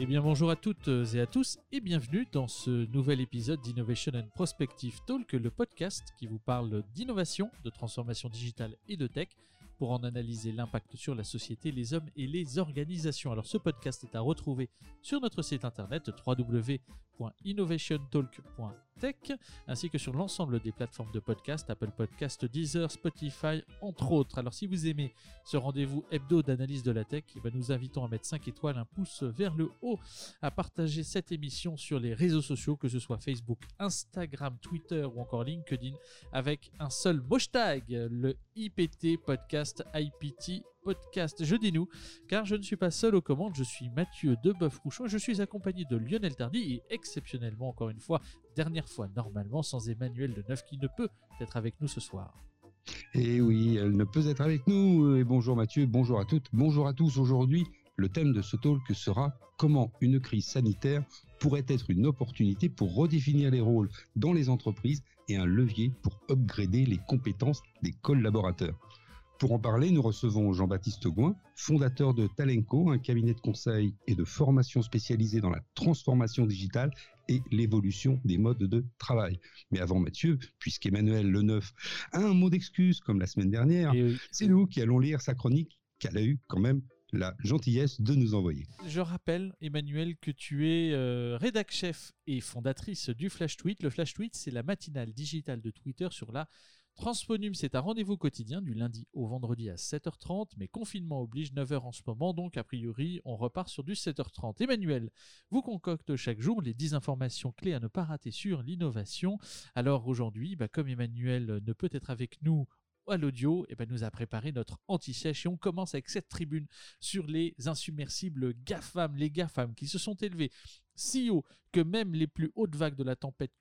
Eh bien bonjour à toutes et à tous et bienvenue dans ce nouvel épisode d'Innovation and Prospective Talk, le podcast qui vous parle d'innovation, de transformation digitale et de tech pour en analyser l'impact sur la société, les hommes et les organisations. Alors ce podcast est à retrouver sur notre site internet www.innovationtalk.tech ainsi que sur l'ensemble des plateformes de podcast, Apple Podcast, Deezer, Spotify, entre autres. Alors si vous aimez ce rendez-vous hebdo d'analyse de la tech, nous invitons à mettre 5 étoiles, un pouce vers le haut, à partager cette émission sur les réseaux sociaux, que ce soit Facebook, Instagram, Twitter ou encore LinkedIn, avec un seul hashtag, le IPT Podcast, IPT Podcast. Je dis nous, car je ne suis pas seul aux commandes, je suis Mathieu Deboeuf-Rouchon, je suis accompagné de Lionel Tardy et exceptionnellement, encore une fois, dernière fois normalement, sans Emmanuel Leneuf qui ne peut être avec nous ce soir. Et oui, elle ne peut être avec nous. Et bonjour Mathieu, bonjour à toutes, bonjour à tous. Aujourd'hui, le thème de ce talk sera comment une crise sanitaire pourrait être une opportunité pour redéfinir les rôles dans les entreprises et un levier pour upgrader les compétences des collaborateurs. Pour en parler, nous recevons Jean-Baptiste Gouin, fondateur de Talenco, un cabinet de conseil et de formation spécialisé dans la transformation digitale et l'évolution des modes de travail. Mais avant Mathieu, puisqu'Emmanuel Leneuf a un mot d'excuse comme la semaine dernière, c'est nous qui allons lire sa chronique qu'elle a eu quand même la gentillesse de nous envoyer. Je rappelle, Emmanuel, que tu es rédac-chef et fondatrice du Flash Tweet. Le Flash Tweet, c'est la matinale digitale de Twitter sur la Transponum. C'est un rendez-vous quotidien du lundi au vendredi à 7h30, mais confinement oblige, 9h en ce moment, donc a priori, on repart sur du 7h30. Emmanuel vous concocte chaque jour les 10 informations clés à ne pas rater sur l'innovation. Alors aujourd'hui, comme Emmanuel ne peut être avec nous à l'audio, nous a préparé notre anti-sèche et on commence avec cette tribune sur les insubmersibles GAFAM, les GAFAM qui se sont élevés si haut que même les plus hautes vagues de la tempête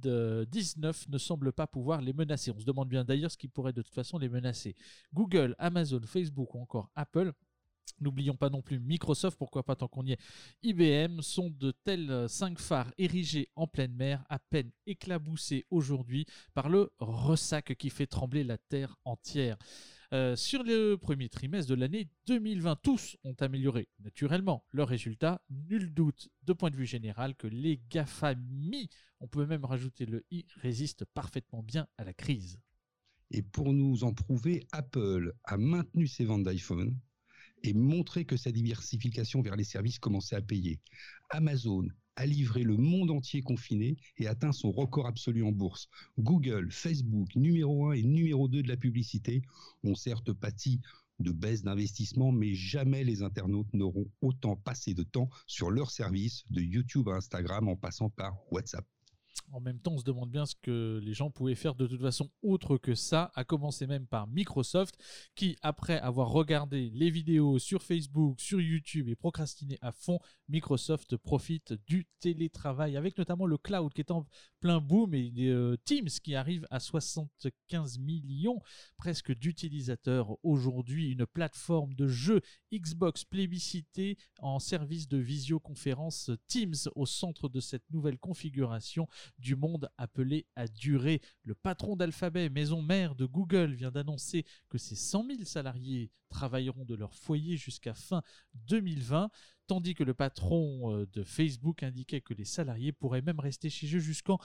Covid-19 ne semblent pas pouvoir les menacer. On se demande bien d'ailleurs ce qui pourrait de toute façon les menacer. Google, Amazon, Facebook ou encore Apple, n'oublions pas non plus Microsoft, pourquoi pas tant qu'on y est, IBM, sont de tels 5 phares érigés en pleine mer, à peine éclaboussés aujourd'hui par le ressac qui fait trembler la terre entière. Sur le premier trimestre de l'année 2020, tous ont amélioré naturellement leurs résultats. Nul doute, de point de vue général, que les GAFAMI, on peut même rajouter le I, résistent parfaitement bien à la crise. Et pour nous en prouver, Apple a maintenu ses ventes d'iPhone et montré que sa diversification vers les services commençait à payer. Amazon a livré le monde entier confiné et atteint son record absolu en bourse. Google, Facebook, numéro 1 et numéro 2 de la publicité, ont certes pâti de baisse d'investissement, mais jamais les internautes n'auront autant passé de temps sur leurs services, de YouTube à Instagram en passant par WhatsApp. En même temps, on se demande bien ce que les gens pouvaient faire de toute façon autre que ça, à commencer même par Microsoft, qui, après avoir regardé les vidéos sur Facebook, sur YouTube et procrastiné à fond, Microsoft profite du télétravail, avec notamment le cloud qui est en plein boom et Teams qui arrive à 75 millions presque d'utilisateurs aujourd'hui, une plateforme de jeux Xbox plébiscitée en service de visioconférence Teams au centre de cette nouvelle configuration du monde appelé à durer. Le patron d'Alphabet, maison mère de Google, vient d'annoncer que ses 100 000 salariés travailleront de leur foyer jusqu'à fin 2020, tandis que le patron de Facebook indiquait que les salariés pourraient même rester chez eux jusqu'en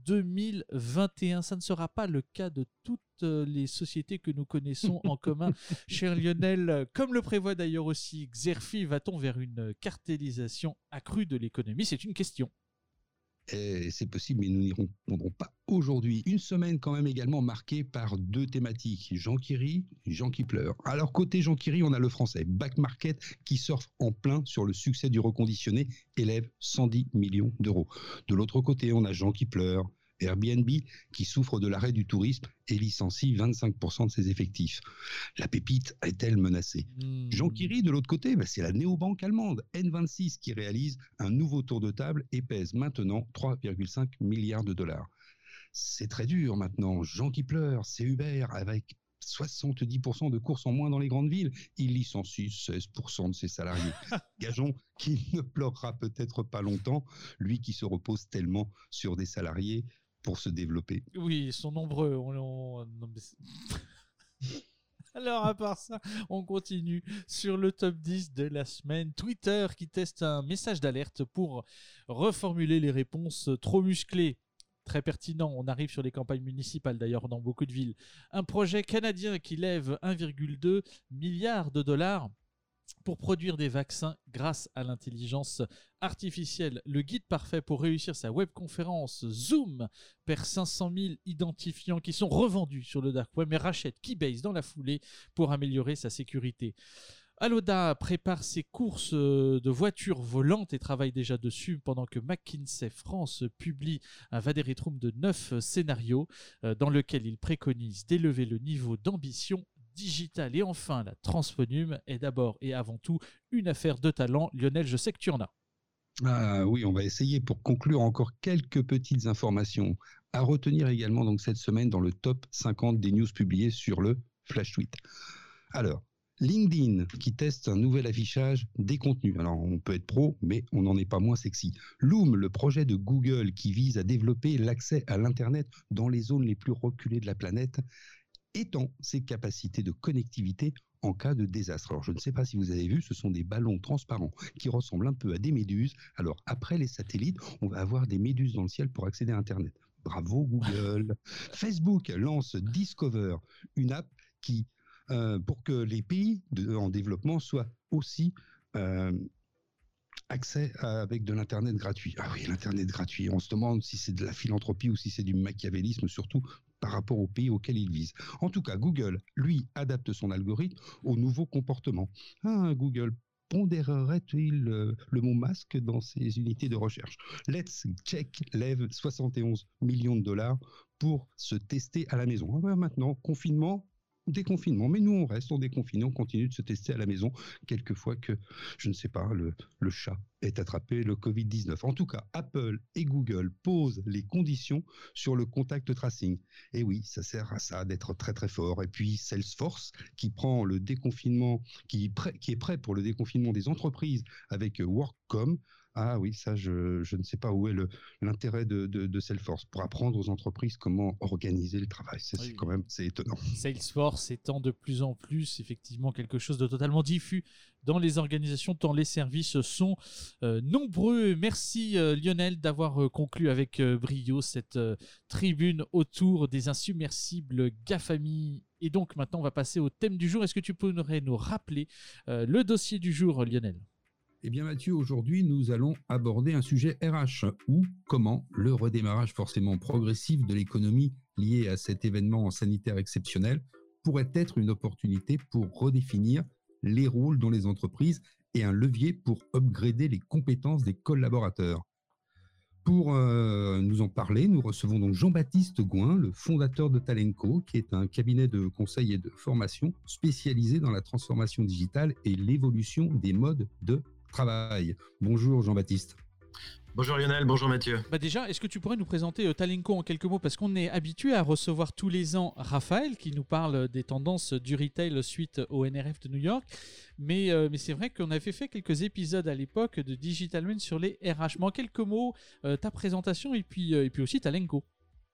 2021. Ça ne sera pas le cas de toutes les sociétés que nous connaissons en commun. Cher Lionel, comme le prévoit d'ailleurs aussi Xerfi, va-t-on vers une cartélisation accrue de l'économie? C'est une question. C'est possible, mais nous n'y répondrons pas aujourd'hui. Une semaine quand même également marquée par 2 thématiques, Jean qui rit, Jean qui pleure. Alors côté Jean qui rit, on a le français Back Market qui surfe en plein sur le succès du reconditionné, élève 110 millions d'euros. De l'autre côté, on a Jean qui pleure, Airbnb qui souffre de l'arrêt du tourisme et licencie 25% de ses effectifs. La pépite est-elle menacée? Jean qui rit de l'autre côté, c'est la néobanque allemande N26 qui réalise un nouveau tour de table et pèse maintenant 3,5 milliards de dollars. C'est très dur maintenant. Jean qui pleure, c'est Uber avec 70% de courses en moins dans les grandes villes. Il licencie 16% de ses salariés. Gageons qu'il ne pleurera peut-être pas longtemps, lui qui se repose tellement sur des salariés pour se développer. Oui, ils sont nombreux. Alors, à part ça, on continue sur le top 10 de la semaine. Twitter qui teste un message d'alerte pour reformuler les réponses trop musclées. Très pertinent, on arrive sur les campagnes municipales d'ailleurs dans beaucoup de villes. Un projet canadien qui lève 1,2 milliard de dollars pour produire des vaccins grâce à l'intelligence artificielle. Le guide parfait pour réussir sa webconférence Zoom perd 500 000 identifiants qui sont revendus sur le dark web mais rachète Keybase dans la foulée pour améliorer sa sécurité. Aloda prépare ses courses de voitures volantes et travaille déjà dessus pendant que McKinsey France publie un vadérétrum de 9 scénarios dans lequel il préconise d'élever le niveau d'ambition digitale. Et enfin, la Transphonium est d'abord et avant tout une affaire de talent. Lionel, je sais que tu en as. Ah oui, on va essayer pour conclure encore quelques petites informations à retenir également donc cette semaine dans le top 50 des news publiées sur le Flash Tweet. Alors, LinkedIn qui teste un nouvel affichage des contenus. Alors, on peut être pro, mais on n'en est pas moins sexy. Loom, le projet de Google qui vise à développer l'accès à l'Internet dans les zones les plus reculées de la planète, étend ses capacités de connectivité en cas de désastre. Alors, je ne sais pas si vous avez vu, ce sont des ballons transparents qui ressemblent un peu à des méduses. Alors, après les satellites, on va avoir des méduses dans le ciel pour accéder à Internet. Bravo Google. Facebook lance Discover, une app qui, pour que les pays en développement soient aussi accès avec de l'Internet gratuit. Ah oui, l'Internet gratuit. On se demande si c'est de la philanthropie ou si c'est du machiavélisme, surtout par rapport aux pays auxquels il vise. En tout cas, Google, lui, adapte son algorithme aux nouveaux comportements. Google pondérerait-il le mot masque dans ses unités de recherche? Let's Check lève 71 millions de dollars pour se tester à la maison. Maintenant, confinement, déconfinement, mais nous on reste, on déconfine, on continue de se tester à la maison, quelquefois que, je ne sais pas, le chat est attrapé le Covid-19. En tout cas, Apple et Google posent les conditions sur le contact tracing. Et oui, ça sert à ça d'être très très fort. Et puis Salesforce qui prend le déconfinement, qui est prêt pour le déconfinement des entreprises avec Workcom. Ah oui, ça, je ne sais pas où est l'intérêt de Salesforce pour apprendre aux entreprises comment organiser le travail. C'est étonnant. Salesforce étant de plus en plus effectivement quelque chose de totalement diffus dans les organisations, tant les services sont nombreux. Merci Lionel d'avoir conclu avec brio cette tribune autour des insubmersibles GAFAMI. Et donc maintenant, on va passer au thème du jour. Est-ce que tu pourrais nous rappeler le dossier du jour, Lionel ? Eh bien Mathieu, aujourd'hui nous allons aborder un sujet RH, ou comment le redémarrage forcément progressif de l'économie lié à cet événement sanitaire exceptionnel pourrait être une opportunité pour redéfinir les rôles dans les entreprises et un levier pour upgrader les compétences des collaborateurs. Pour nous en parler, nous recevons donc Jean-Baptiste Gouin, le fondateur de Talenco, qui est un cabinet de conseil et de formation spécialisé dans la transformation digitale et l'évolution des modes de travail. Bonjour Jean-Baptiste. Bonjour Lionel, bonjour Mathieu. Déjà, est-ce que tu pourrais nous présenter Talenco en quelques mots? Parce qu'on est habitué à recevoir tous les ans Raphaël qui nous parle des tendances du retail suite au NRF de New York. Mais c'est vrai qu'on avait fait quelques épisodes à l'époque de Digital Men sur les RH. Mais en quelques mots, ta présentation et puis aussi Talenco.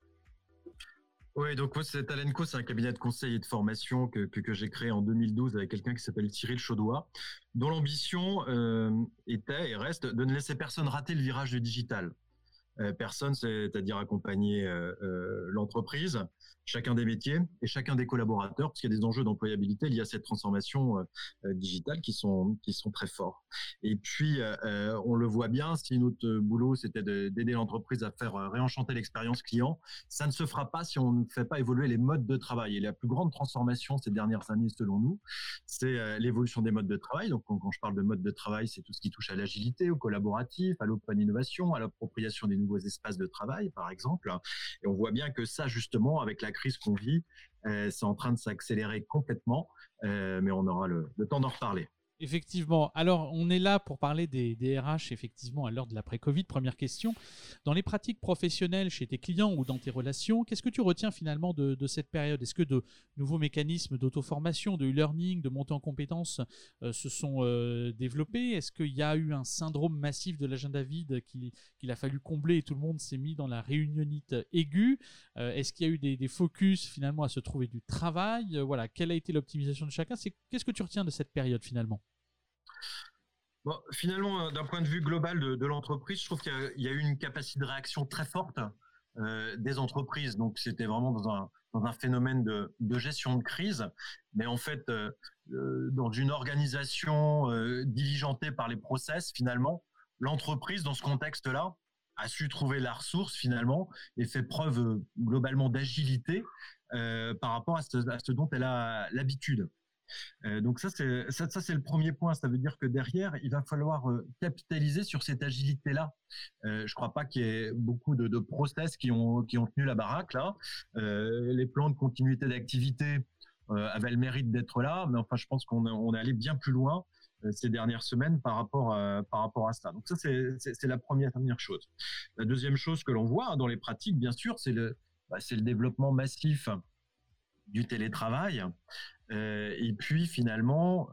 Oui, donc Talenco, c'est un cabinet de conseil et de formation que j'ai créé en 2012 avec quelqu'un qui s'appelle Cyril Chaudois, dont l'ambition était et reste de ne laisser personne rater le virage du digital. Personne, c'est-à-dire accompagner l'entreprise, chacun des métiers et chacun des collaborateurs, parce qu'il y a des enjeux d'employabilité liés à cette transformation digitale qui sont très forts. Et puis, on le voit bien, si notre boulot, c'était d'aider l'entreprise à faire réenchanter l'expérience client, ça ne se fera pas si on ne fait pas évoluer les modes de travail. Et la plus grande transformation ces dernières années, selon nous, c'est l'évolution des modes de travail. Donc, quand je parle de mode de travail, c'est tout ce qui touche à l'agilité, au collaboratif, à l'open innovation, à l'appropriation des nouveaux espaces de travail, par exemple. Et on voit bien que ça, justement, avec la crise qu'on vit, c'est en train de s'accélérer complètement, mais on aura le temps d'en reparler. Effectivement. Alors, on est là pour parler des RH, effectivement, à l'heure de l'après-Covid. Première question. Dans les pratiques professionnelles chez tes clients ou dans tes relations, qu'est-ce que tu retiens finalement de cette période? Est-ce que de nouveaux mécanismes d'auto-formation, de e-learning, de montée en compétences se sont développés? Est-ce qu'il y a eu un syndrome massif de l'agenda vide qu'il a fallu combler et tout le monde s'est mis dans la réunionnite aiguë? Est-ce qu'il y a eu des focus finalement à se trouver du travail? Voilà, quelle a été l'optimisation de chacun? Qu'est-ce que tu retiens de cette période finalement? Bon, finalement, d'un point de vue global de l'entreprise, je trouve qu'il y a eu une capacité de réaction très forte des entreprises. Donc, c'était vraiment dans un phénomène de gestion de crise. Mais en fait, dans une organisation diligentée par les process, finalement, l'entreprise, dans ce contexte-là, a su trouver la ressource finalement et fait preuve globalement d'agilité par rapport à ce dont elle a l'habitude. Donc ça c'est le premier point. Ça veut dire que derrière, il va falloir capitaliser sur cette agilité-là. Je crois pas qu'il y ait beaucoup de process qui ont tenu la baraque là. Les plans de continuité d'activité avaient le mérite d'être là, mais enfin je pense qu'on est allé bien plus loin ces dernières semaines par rapport à ça. Donc ça c'est la première chose. La deuxième chose que l'on voit dans les pratiques, bien sûr, c'est le développement massif du télétravail. Et puis finalement,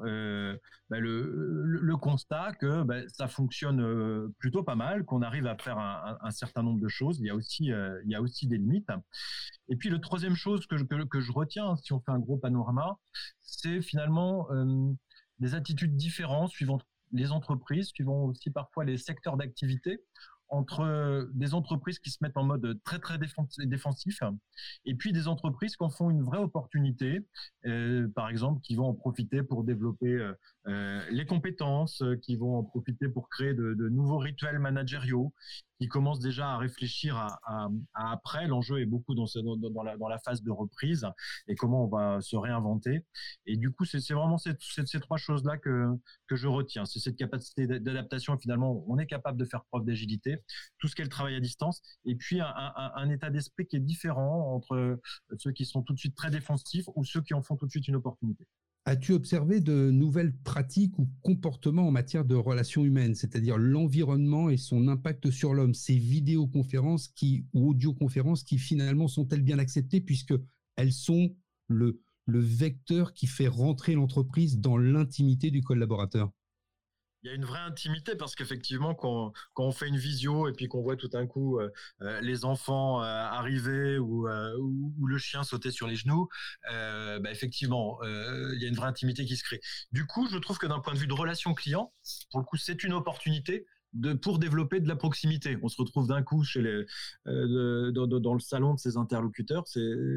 le constat que ça fonctionne plutôt pas mal, qu'on arrive à faire un certain nombre de choses. Il y a aussi des limites. Et puis le troisième chose que je retiens, si on fait un gros panorama, c'est finalement des attitudes différentes suivant les entreprises, suivant aussi parfois les secteurs d'activité, entre des entreprises qui se mettent en mode très très défensif et puis des entreprises qui en font une vraie opportunité, par exemple qui vont en profiter pour développer les compétences, qui vont en profiter pour créer de nouveaux rituels managériaux, qui commencent déjà à réfléchir à après. L'enjeu est beaucoup dans la phase de reprise et comment on va se réinventer. Et du coup, c'est vraiment ces trois choses-là que je retiens. C'est cette capacité d'adaptation. Finalement, on est capable de faire preuve d'agilité, tout ce qu'est le travail à distance, et puis un état d'esprit qui est différent entre ceux qui sont tout de suite très défensifs ou ceux qui en font tout de suite une opportunité. As-tu observé de nouvelles pratiques ou comportements en matière de relations humaines, c'est-à-dire l'environnement et son impact sur l'homme, ces vidéoconférences ou audioconférences qui finalement sont-elles bien acceptées puisqu'elles sont le vecteur qui fait rentrer l'entreprise dans l'intimité du collaborateur? Il y a une vraie intimité parce qu'effectivement, quand on fait une visio et puis qu'on voit tout d'un coup les enfants arriver ou le chien sauter sur les genoux, effectivement, il y a une vraie intimité qui se crée. Du coup, je trouve que d'un point de vue de relation client, pour le coup, c'est une opportunité pour développer de la proximité. On se retrouve d'un coup chez dans le salon de ses interlocuteurs.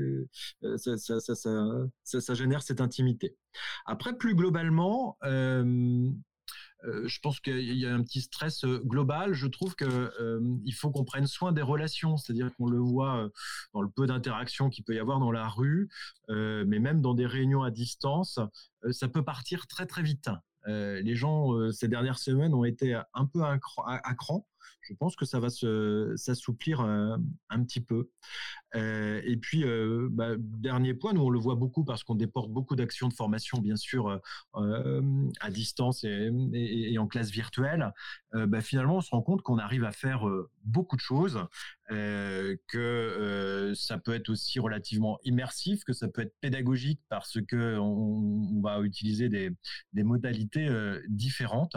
Ça génère cette intimité. Après, plus globalement, je pense qu'il y a un petit stress global. Je trouve qu'il faut qu'on prenne soin des relations, c'est-à-dire qu'on le voit dans le peu d'interactions qu'il peut y avoir dans la rue, mais même dans des réunions à distance, ça peut partir très très vite. Les gens ces dernières semaines ont été un peu à cran. Je pense que ça va s'assouplir un petit peu. Et puis, dernier point, nous on le voit beaucoup parce qu'on déporte beaucoup d'actions de formation, bien sûr, à distance et en classe virtuelle. Finalement, on se rend compte qu'on arrive à faire beaucoup de choses, que ça peut être aussi relativement immersif, que ça peut être pédagogique parce que on va utiliser des modalités différentes.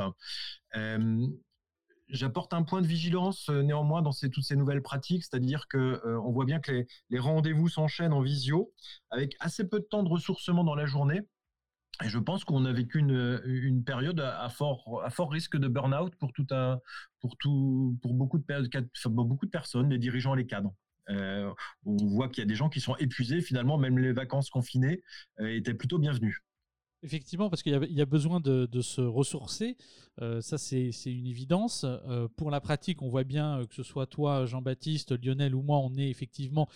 J'apporte un point de vigilance néanmoins dans toutes ces nouvelles pratiques, c'est-à-dire que on voit bien que les rendez-vous s'enchaînent en visio avec assez peu de temps de ressourcement dans la journée. Et je pense qu'on a vécu une période à fort risque de burn-out pour beaucoup de personnes, les dirigeants et les cadres. On voit qu'il y a des gens qui sont épuisés. Finalement, même les vacances confinées étaient plutôt bienvenues. Effectivement, parce qu'il y a besoin de se ressourcer. Ça, c'est une évidence. Pour la pratique, on voit bien que ce soit toi, Jean-Baptiste, Lionel ou moi, on est effectivement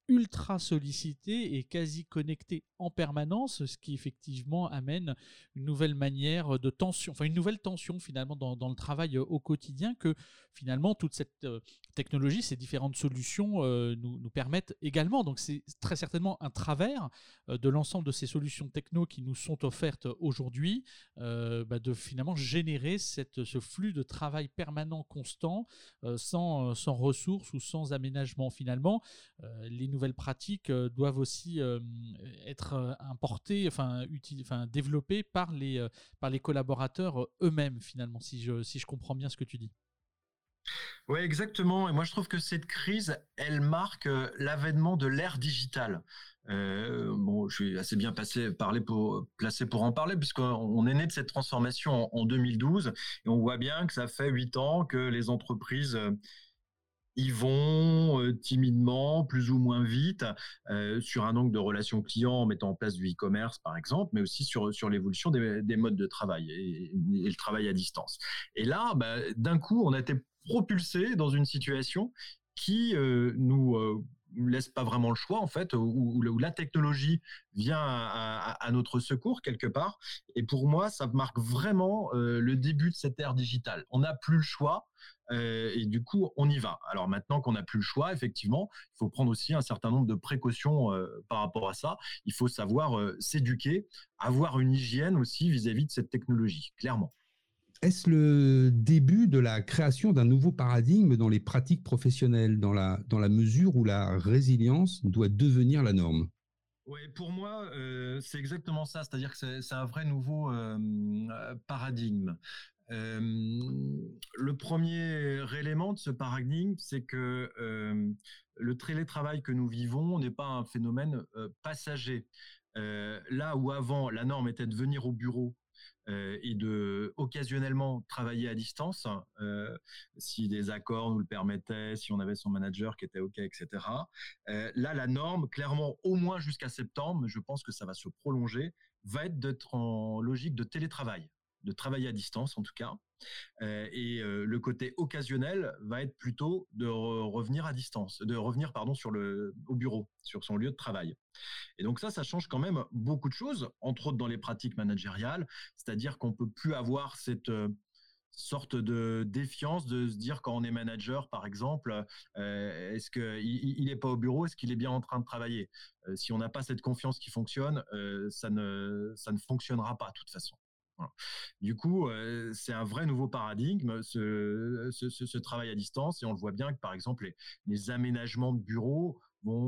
ultra sollicité et quasi connecté en permanence, ce qui effectivement amène une nouvelle manière de tension, enfin une nouvelle tension finalement dans le travail au quotidien, que finalement toute cette technologie, ces différentes solutions nous permettent également. Donc c'est très certainement un travers de l'ensemble de ces solutions techno qui nous sont offertes aujourd'hui, de finalement générer ce flux de travail permanent, constant, sans ressources ou sans aménagement. Finalement, les nouvelles pratiques doivent aussi être importées, développées par les collaborateurs eux-mêmes, finalement, si je comprends bien ce que tu dis. Oui, exactement. Et moi, je trouve que cette crise, elle marque l'avènement de l'ère digitale. Je suis assez bien placé pour en parler, puisqu'on est né de cette transformation en 2012, et on voit bien que ça fait 8 ans que les entreprises y vont timidement, plus ou moins vite, sur un angle de relations clients en mettant en place du e-commerce, par exemple, mais aussi sur l'évolution des modes de travail et le travail à distance. Et là, d'un coup, on a été propulsé dans une situation qui nous laisse pas vraiment le choix, en fait, où la technologie vient à notre secours quelque part. Et pour moi, ça marque vraiment le début de cette ère digitale. On n'a plus le choix. Et du coup, on y va. Alors maintenant qu'on n'a plus le choix, effectivement, il faut prendre aussi un certain nombre de précautions par rapport à ça. Il faut savoir s'éduquer, avoir une hygiène aussi vis-à-vis de cette technologie, clairement. Est-ce le début de la création d'un nouveau paradigme dans les pratiques professionnelles, dans la mesure où la résilience doit devenir la norme? Oui, pour moi, c'est exactement ça. C'est-à-dire que c'est un vrai nouveau paradigme. Le premier élément de ce paradigme, c'est que le télétravail que nous vivons n'est pas un phénomène passager. Là où avant, la norme était de venir au bureau et de occasionnellement travailler à distance, si des accords nous le permettaient, si on avait son manager qui était OK, etc. Là, la norme, clairement, au moins jusqu'à septembre, mais je pense que ça va se prolonger, va être d'être en logique de télétravail, de travailler à distance en tout cas. Le côté occasionnel va être plutôt de revenir à distance, de revenir au bureau, sur son lieu de travail. Et donc ça change quand même beaucoup de choses, entre autres dans les pratiques managériales, c'est-à-dire qu'on peut plus avoir cette sorte de défiance de se dire quand on est manager, par exemple, est-ce qu'il est pas au bureau, est-ce qu'il est bien en train de travailler? Si on n'a pas cette confiance qui fonctionne, ça ne fonctionnera pas de toute façon. Voilà. Du coup, c'est un vrai nouveau paradigme, ce travail à distance, et on le voit bien que par exemple les aménagements de bureaux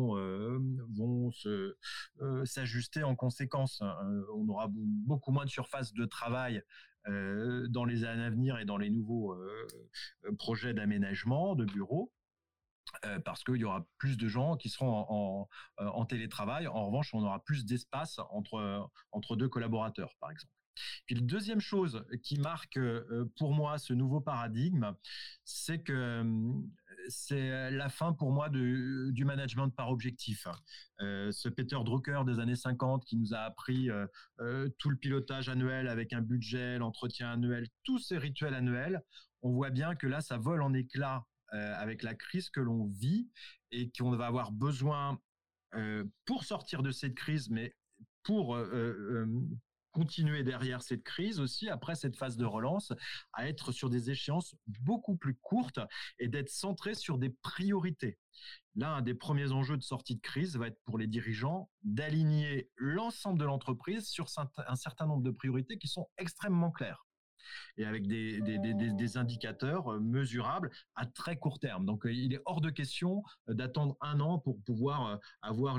vont s'ajuster en conséquence. On aura beaucoup moins de surface de travail dans les années à venir et dans les nouveaux projets d'aménagement de bureaux. Parce qu'il y aura plus de gens qui seront en télétravail. En revanche, on aura plus d'espace entre deux collaborateurs, par exemple. Puis la deuxième chose qui marque pour moi ce nouveau paradigme, c'est que c'est la fin pour moi du management par objectif. Ce Peter Drucker des années 50 qui nous a appris tout le pilotage annuel avec un budget, l'entretien annuel, tous ces rituels annuels, on voit bien que là, ça vole en éclats avec la crise que l'on vit et qu'on va avoir besoin pour sortir de cette crise, mais pour continuer derrière cette crise aussi, après cette phase de relance, à être sur des échéances beaucoup plus courtes et d'être centré sur des priorités. Là, un des premiers enjeux de sortie de crise va être pour les dirigeants d'aligner l'ensemble de l'entreprise sur un certain nombre de priorités qui sont extrêmement claires et avec des indicateurs mesurables à très court terme. Donc, il est hors de question d'attendre un an pour pouvoir avoir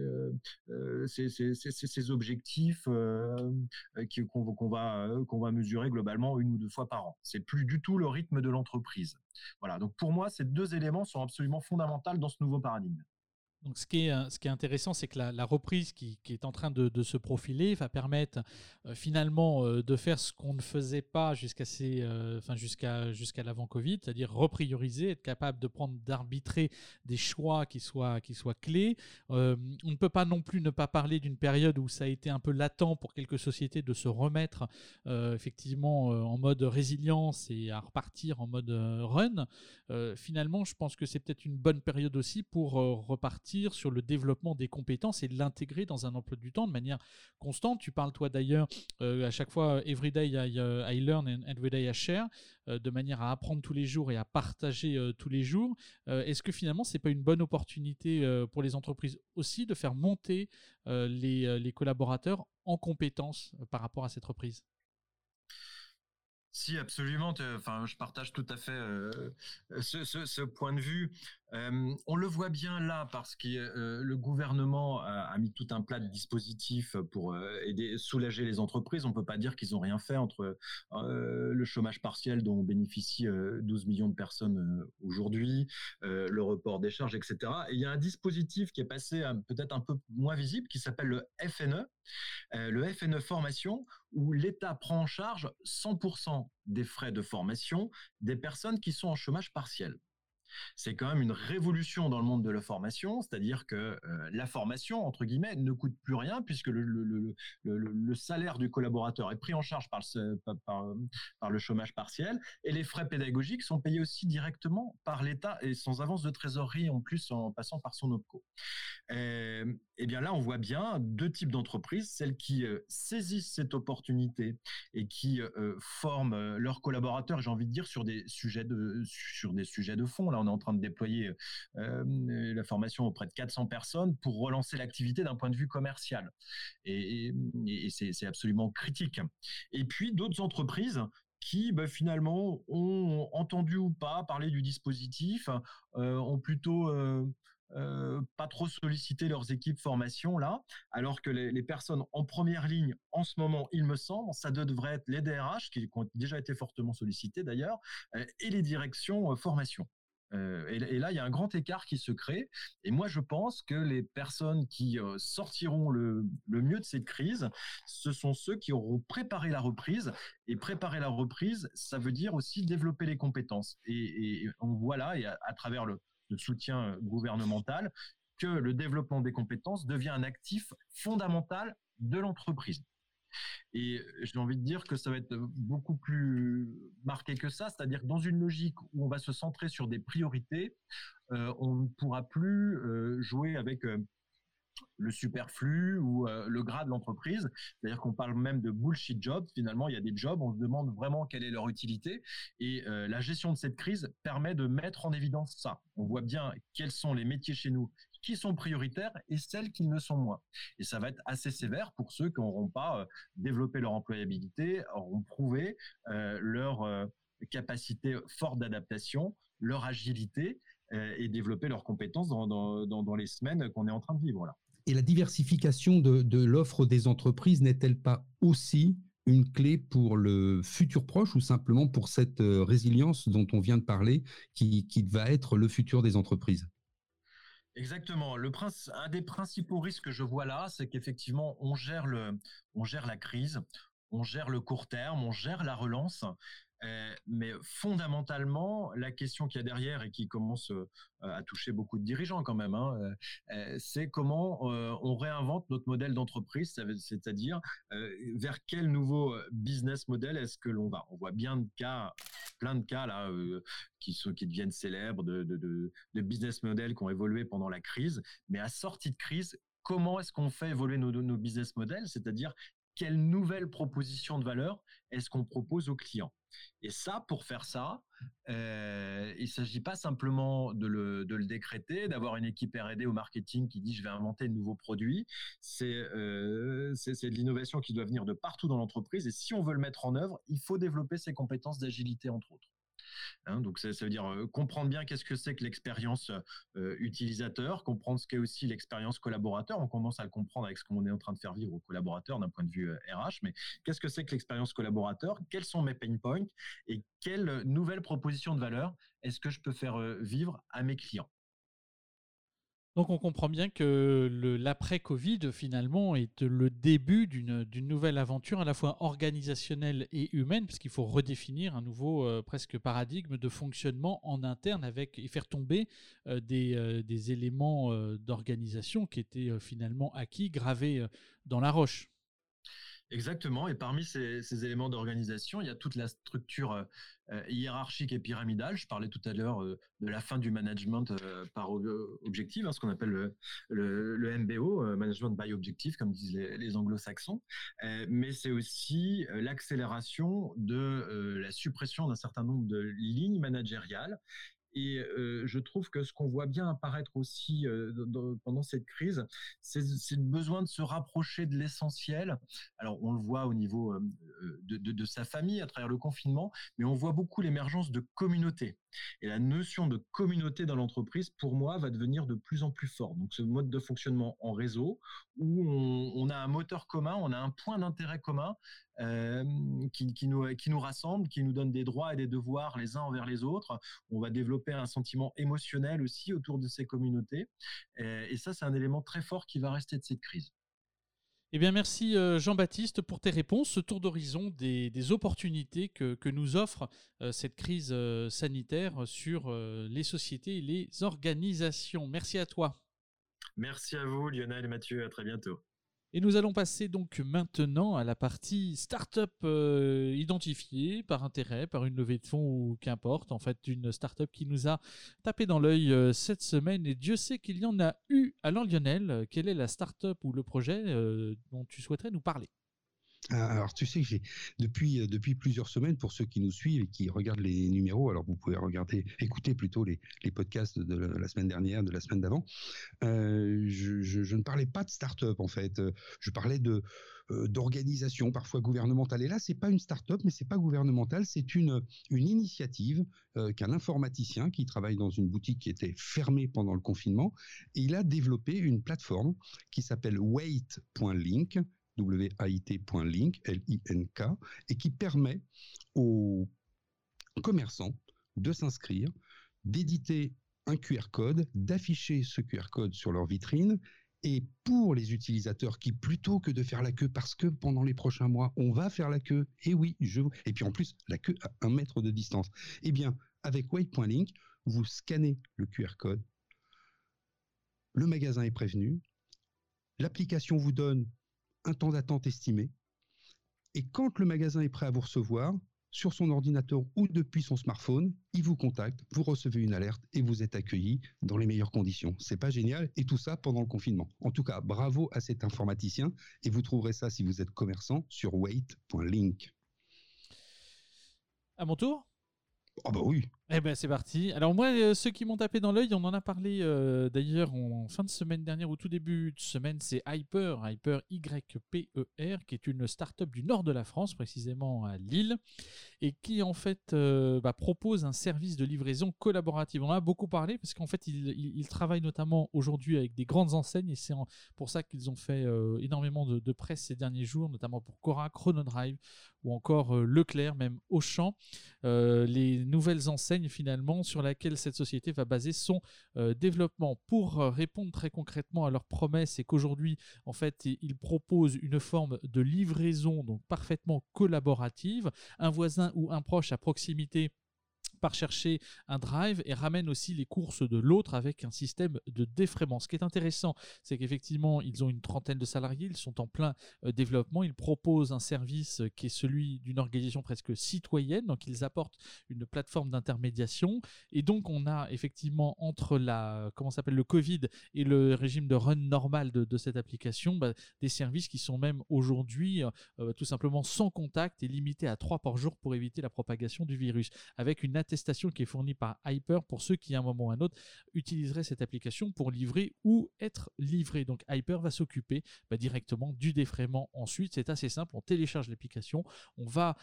ces objectifs qu'on va mesurer globalement 1 ou 2 fois par an. C'est plus du tout le rythme de l'entreprise. Voilà. Donc, pour moi, ces 2 éléments sont absolument fondamentaux dans ce nouveau paradigme. Donc, ce qui est intéressant, c'est que la reprise qui est en train de se profiler va permettre finalement de faire ce qu'on ne faisait pas jusqu'à l'avant-Covid, c'est-à-dire reprioriser, être capable d'arbitrer des choix qui soient clés. On ne peut pas non plus ne pas parler d'une période où ça a été un peu latent pour quelques sociétés de se remettre effectivement en mode résilience et à repartir en mode run. Finalement, je pense que c'est peut-être une bonne période aussi pour repartir investir sur le développement des compétences et de l'intégrer dans un emploi du temps de manière constante. Tu parles, toi, d'ailleurs, à chaque fois, every day I learn and every day I share, de manière à apprendre tous les jours et à partager tous les jours. Est-ce que finalement, ce n'est pas une bonne opportunité pour les entreprises aussi de faire monter les collaborateurs en compétences par rapport à cette reprise? Si, absolument. Enfin, je partage tout à fait ce point de vue. On le voit bien là parce que le gouvernement a mis tout un plat de dispositifs pour aider, soulager les entreprises. On peut pas dire qu'ils ont rien fait entre le chômage partiel dont bénéficient 12 millions de personnes aujourd'hui, le report des charges, etc. Et il y a un dispositif qui est passé peut-être un peu moins visible qui s'appelle le FNE. Le FNE formation, où l'État prend en charge 100% des frais de formation des personnes qui sont en chômage partiel. C'est quand même une révolution dans le monde de la formation, c'est-à-dire que la formation, entre guillemets, ne coûte plus rien puisque le salaire du collaborateur est pris en charge par le chômage partiel et les frais pédagogiques sont payés aussi directement par l'État et sans avance de trésorerie en plus en passant par son OPCO. Et bien là, on voit bien deux types d'entreprises, celles qui saisissent cette opportunité et qui forment leurs collaborateurs, j'ai envie de dire, sur des sujets de fond. Là, on est en train de déployer la formation auprès de 400 personnes pour relancer l'activité d'un point de vue commercial. Et c'est absolument critique. Et puis, d'autres entreprises qui finalement ont entendu ou pas parler du dispositif, ont plutôt pas trop sollicité leurs équipes formation là, alors que les personnes en première ligne en ce moment, il me semble, ça devrait être les DRH qui ont déjà été fortement sollicités d'ailleurs, et les directions formation. Et là, il y a un grand écart qui se crée. Et moi, je pense que les personnes qui sortiront le mieux de cette crise, ce sont ceux qui auront préparé la reprise. Et préparer la reprise, ça veut dire aussi développer les compétences. Et on voit là, et à travers le soutien gouvernemental, que le développement des compétences devient un actif fondamental de l'entreprise. Et j'ai envie de dire que ça va être beaucoup plus marqué que ça, c'est-à-dire que dans une logique où on va se centrer sur des priorités, on ne pourra plus jouer avec le superflu ou le gras de l'entreprise. C'est-à-dire qu'on parle même de bullshit jobs. Finalement, il y a des jobs, on se demande vraiment quelle est leur utilité. Et la gestion de cette crise permet de mettre en évidence ça. On voit bien quels sont les métiers chez nous qui sont prioritaires et celles qui ne sont moins. Et ça va être assez sévère pour ceux qui n'auront pas développé leur employabilité, auront prouvé leur capacité forte d'adaptation, leur agilité et développer leurs compétences dans les semaines qu'on est en train de vivre là. Et la diversification de l'offre des entreprises n'est-elle pas aussi une clé pour le futur proche ou simplement pour cette résilience dont on vient de parler qui va être le futur des entreprises? Exactement. Un des principaux risques que je vois là, c'est qu'effectivement, on gère la crise, on gère le court terme, on gère la relance. Mais fondamentalement, la question qu'il y a derrière et qui commence à toucher beaucoup de dirigeants quand même, c'est comment on réinvente notre modèle d'entreprise, c'est-à-dire vers quel nouveau business model est-ce que l'on va. On voit bien plein de cas là qui deviennent célèbres de business models qui ont évolué pendant la crise, mais à sortie de crise, comment est-ce qu'on fait évoluer nos business models, c'est-à-dire quelle nouvelle proposition de valeur est-ce qu'on propose aux clients? Et ça, pour faire ça, il ne s'agit pas simplement de le décréter, d'avoir une équipe R&D au marketing qui dit je vais inventer de nouveaux produits. C'est de l'innovation qui doit venir de partout dans l'entreprise. Et si on veut le mettre en œuvre, il faut développer ses compétences d'agilité, entre autres. Donc ça veut dire comprendre bien qu'est-ce que c'est que l'expérience utilisateur, comprendre ce qu'est aussi l'expérience collaborateur. On commence à le comprendre avec ce qu'on est en train de faire vivre aux collaborateurs d'un point de vue RH, mais qu'est-ce que c'est que l'expérience collaborateur? Quels sont mes pain points et quelle nouvelle proposition de valeur est-ce que je peux faire vivre à mes clients? Donc on comprend bien que l'après-Covid, finalement, est le début d'une nouvelle aventure à la fois organisationnelle et humaine, parce qu'il faut redéfinir un nouveau presque paradigme de fonctionnement en interne et faire tomber des éléments d'organisation qui étaient finalement acquis, gravés dans la roche. Exactement. Et parmi ces éléments d'organisation, il y a toute la structure hiérarchique et pyramidale. Je parlais tout à l'heure de la fin du management par objectif, ce qu'on appelle le MBO, Management by Objective, comme disent les anglo-saxons. Mais c'est aussi l'accélération de la suppression d'un certain nombre de lignes managériales. Et je trouve que ce qu'on voit bien apparaître aussi pendant cette crise, c'est le besoin de se rapprocher de l'essentiel. Alors, on le voit au niveau de sa famille à travers le confinement, mais on voit beaucoup l'émergence de communautés. Et la notion de communauté dans l'entreprise, pour moi, va devenir de plus en plus forte. Donc, ce mode de fonctionnement en réseau, où on a un moteur commun, on a un point d'intérêt commun qui nous rassemble, qui nous donne des droits et des devoirs les uns envers les autres. On va développer un sentiment émotionnel aussi autour de ces communautés. Et ça, c'est un élément très fort qui va rester de cette crise. Eh bien, merci Jean-Baptiste pour tes réponses, ce tour d'horizon des opportunités que nous offre cette crise sanitaire sur les sociétés et les organisations. Merci à toi. Merci à vous, Lionel et Mathieu. À très bientôt. Et nous allons passer donc maintenant à la partie start-up identifiée par intérêt, par une levée de fonds ou qu'importe. En fait, une start-up qui nous a tapé dans l'œil cette semaine. Et Dieu sait qu'il y en a eu. Alors Lionel, quelle est la start-up ou le projet dont tu souhaiterais nous parler ? Alors, tu sais que depuis plusieurs semaines, pour ceux qui nous suivent et qui regardent les numéros, alors vous pouvez écouter plutôt les podcasts de la semaine dernière, de la semaine d'avant, je ne parlais pas de start-up en fait, je parlais d'organisation parfois gouvernementale. Et là, c'est pas une start-up, mais c'est pas gouvernemental, c'est une initiative qu'un informaticien qui travaille dans une boutique qui était fermée pendant le confinement, et il a développé une plateforme qui s'appelle Wait.link, WAIT.link, L-I-N-K, et qui permet aux commerçants de s'inscrire, d'éditer un QR code, d'afficher ce QR code sur leur vitrine. Et pour les utilisateurs qui, plutôt que de faire la queue, parce que pendant les prochains mois, on va faire la queue, et puis en plus, la queue à 1 mètre de distance, eh bien, avec Wait.link, vous scannez le QR code, le magasin est prévenu, l'application vous donne un temps d'attente estimé, et quand le magasin est prêt à vous recevoir, sur son ordinateur ou depuis son smartphone, il vous contacte, vous recevez une alerte et vous êtes accueilli dans les meilleures conditions. C'est pas génial? Et tout ça pendant le confinement. En tout cas, bravo à cet informaticien, et vous trouverez ça, si vous êtes commerçant, sur wait.link. À mon tour? Ah bah oui. Eh ben c'est parti. Alors moi, ceux qui m'ont tapé dans l'œil, on en a parlé d'ailleurs en fin de semaine dernière ou tout début de semaine, c'est Hyper YPER, qui est une start-up du nord de la France, précisément à Lille, et qui en fait propose un service de livraison collaborative. On en a beaucoup parlé parce qu'en fait, ils travaillent notamment aujourd'hui avec des grandes enseignes, et c'est pour ça qu'ils ont fait énormément de presse ces derniers jours, notamment pour Cora, Chronodrive ou encore Leclerc, même Auchan, les nouvelles enseignes finalement sur laquelle cette société va baser son développement. Pour répondre très concrètement à leur promesse, c'est qu'aujourd'hui en fait ils proposent une forme de livraison donc parfaitement collaborative. Un voisin ou un proche à proximité part chercher un drive et ramène aussi les courses de l'autre avec un système de défraiement. Ce qui est intéressant, c'est qu'effectivement, ils ont une trentaine de salariés, ils sont en plein développement, ils proposent un service qui est celui d'une organisation presque citoyenne, donc ils apportent une plateforme d'intermédiation, et donc on a effectivement entre le Covid et le régime de run normal de cette application, des services qui sont même aujourd'hui tout simplement sans contact et limités à 3 par jour pour éviter la propagation du virus, avec une attestation qui est fournie par Hyper pour ceux qui à un moment ou à un autre utiliseraient cette application pour livrer ou être livré. Donc Hyper va s'occuper directement du défraiement. Ensuite, c'est assez simple, on télécharge l'application, on va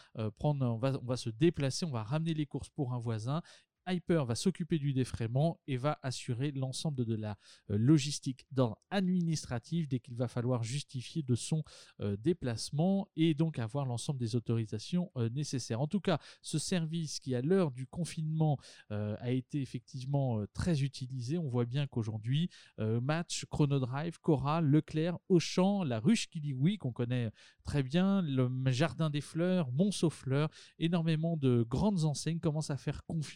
se déplacer, on va ramener les courses pour un voisin. Hyper va s'occuper du défraiement et va assurer l'ensemble de la logistique administrative dès qu'il va falloir justifier de son déplacement et donc avoir l'ensemble des autorisations nécessaires. En tout cas, ce service qui à l'heure du confinement a été effectivement très utilisé. On voit bien qu'aujourd'hui, Match, Chronodrive, Cora, Leclerc, Auchan, la Ruche qui dit oui, qu'on connaît très bien, le Jardin des Fleurs, Monceau Fleurs, énormément de grandes enseignes commencent à faire confiance pour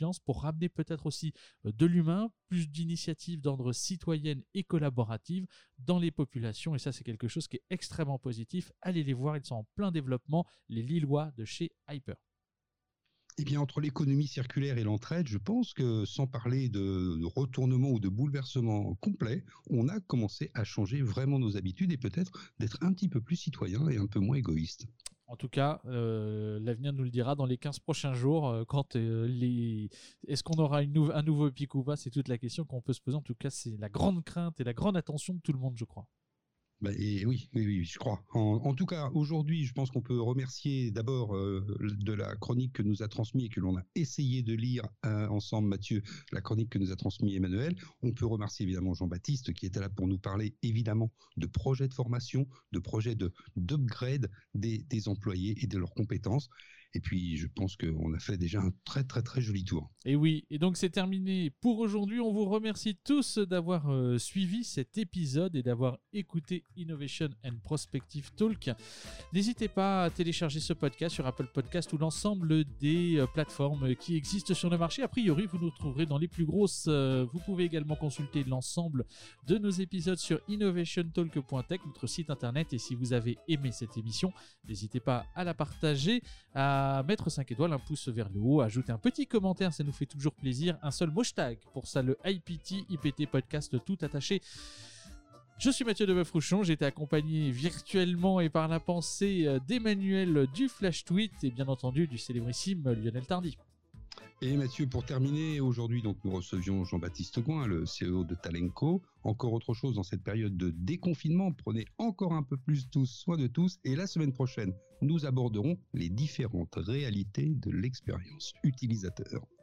ramener peut-être aussi de l'humain, plus d'initiatives d'ordre citoyenne et collaborative dans les populations. Et ça, c'est quelque chose qui est extrêmement positif. Allez les voir, ils sont en plein développement, les Lillois de chez Hyper. Eh bien, entre l'économie circulaire et l'entraide, je pense que sans parler de retournement ou de bouleversement complet, on a commencé à changer vraiment nos habitudes et peut-être d'être un petit peu plus citoyen et un peu moins égoïste. En tout cas, l'avenir nous le dira dans les 15 prochains jours. Est-ce qu'on aura un nouveau Epic ou pas? C'est toute la question qu'on peut se poser. En tout cas, c'est la grande crainte et la grande attention de tout le monde, je crois. Et oui, je crois. En tout cas, aujourd'hui, je pense qu'on peut remercier d'abord de la chronique que nous a transmise et que l'on a essayé de lire ensemble, Mathieu, la chronique que nous a transmise Emmanuel. On peut remercier évidemment Jean-Baptiste qui était là pour nous parler évidemment de projets de formation, de projets d'upgrade des employés et de leurs compétences. Et puis, je pense qu'on a fait déjà un très, très, très joli tour. Et oui, et donc c'est terminé pour aujourd'hui. On vous remercie tous d'avoir suivi cet épisode et d'avoir écouté Innovation and Prospective Talk. N'hésitez pas à télécharger ce podcast sur Apple Podcast ou l'ensemble des plateformes qui existent sur le marché. A priori, vous nous trouverez dans les plus grosses. Vous pouvez également consulter l'ensemble de nos épisodes sur innovationtalk.tech, notre site internet. Et si vous avez aimé cette émission, n'hésitez pas à la partager, à mettre 5 étoiles, un pouce vers le haut, à ajouter un petit commentaire, ça nous fait toujours plaisir. Un seul hashtag pour ça, le IPT podcast tout attaché. Je suis Mathieu de Boeuf-Rouchon, j'ai été accompagné virtuellement et par la pensée d'Emmanuel du Flash Tweet et bien entendu du célébrissime Lionel Tardy. Et Mathieu, pour terminer, aujourd'hui, donc, nous recevions Jean-Baptiste Gouin, le CEO de Talenco. Encore autre chose dans cette période de déconfinement, prenez encore un peu plus tous soin de tous. Et la semaine prochaine, nous aborderons les différentes réalités de l'expérience utilisateur.